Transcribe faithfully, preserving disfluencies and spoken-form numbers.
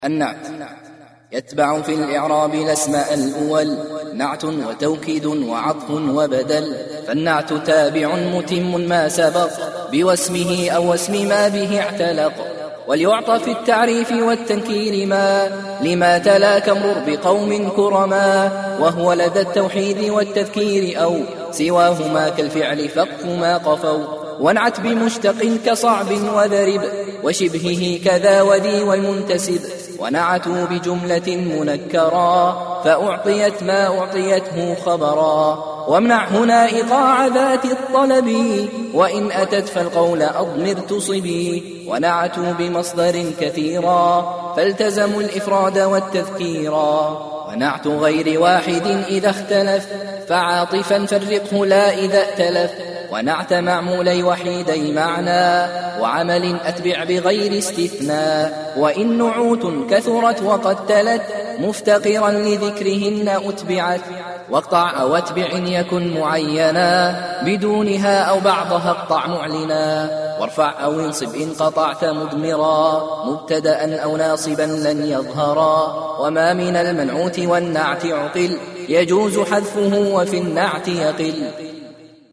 النعت يتبع في الإعراب الأسماء الأول نعت وتوكيد وعطف وبدل، فالنعت تابع متم ما سبق بواسمه أو اسم ما به اعتلق، وليعطى في التعريف والتنكير ما لما تلا كمرر بقوم كرما، وهو لدى التوحيد والتذكير أو سواهما كالفعل فق ما قفوا، وانعت بمشتق كصعب وذرب وشبهه كذا وذي والمنتسب، ونعتوا بجملة منكرا فأعطيت ما أعطيته خبرا، وامنع هنا إيقاع ذات الطلب وإن أتت فالقول أضمر تصبي، ونعتوا بمصدر كثيرا فالتزموا الإفراد والتذكيرا، ونعت غير واحد إذا اختلف فعاطفا فرقه لا إذا ائتلف، ونعت معمولي وحيدي معنى وعمل أتبع بغير استثناء، وإن نعوت كثرت وقد تلت مفتقرا لذكرهن أتبعت، واقطع أو اتبع إن يكن معينا بدونها أو بعضها اقطع معلنا، وارفع أو انصب إن قطعت مضمرا مبتدأ أو ناصبا لن يظهرا، وما من المنعوت والنعت عقل يجوز حذفه وفي النعت يقل.